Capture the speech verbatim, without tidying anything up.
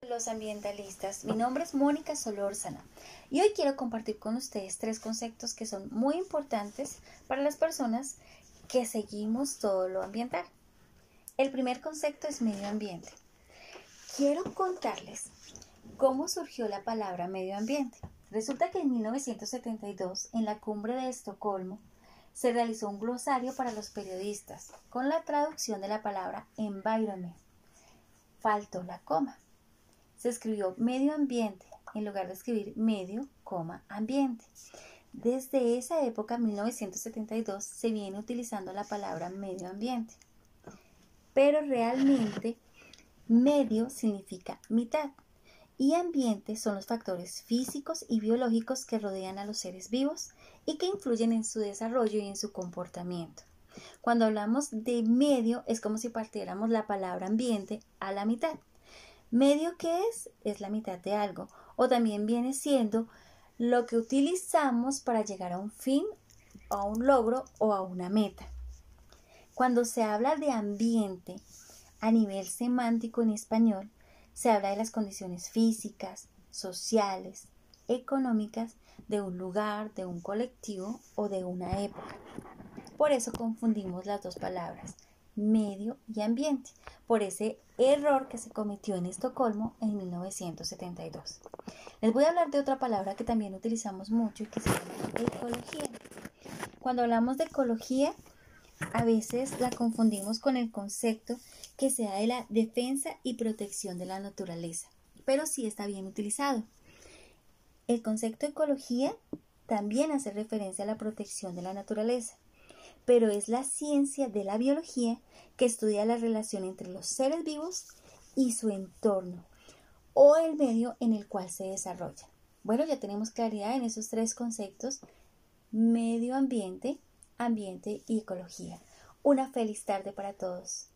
Los ambientalistas, mi nombre es Mónica Solórzano y hoy quiero compartir con ustedes tres conceptos que son muy importantes para las personas que seguimos todo lo ambiental. El primer concepto es medio ambiente. Quiero contarles cómo surgió la palabra medio ambiente. Resulta que en mil novecientos setenta y dos, en la cumbre de Estocolmo, se realizó un glosario para los periodistas con la traducción de la palabra environment. Faltó la coma. Se escribió medio ambiente en lugar de escribir medio, coma, ambiente. Desde esa época, mil novecientos setenta y dos, se viene utilizando la palabra medio ambiente. Pero realmente, medio significa mitad y ambiente son los factores físicos y biológicos que rodean a los seres vivos y que influyen en su desarrollo y en su comportamiento. Cuando hablamos de medio, es como si partiéramos la palabra ambiente a la mitad. Medio, ¿qué es? Es la mitad de algo, o también viene siendo lo que utilizamos para llegar a un fin, a un logro o a una meta. Cuando se habla de ambiente a nivel semántico en español, se habla de las condiciones físicas, sociales, económicas de un lugar, de un colectivo o de una época. Por eso confundimos las dos palabras, medio y ambiente, por ese error que se cometió en Estocolmo en mil novecientos setenta y dos. Les voy a hablar de otra palabra que también utilizamos mucho y que se llama ecología. Cuando hablamos de ecología, a veces la confundimos con el concepto que se da de la defensa y protección de la naturaleza, pero sí está bien utilizado. El concepto de ecología también hace referencia a la protección de la naturaleza, pero es la ciencia de la biología que estudia la relación entre los seres vivos y su entorno o el medio en el cual se desarrolla. Bueno, ya tenemos claridad en esos tres conceptos: medio ambiente, ambiente y ecología. Una feliz tarde para todos.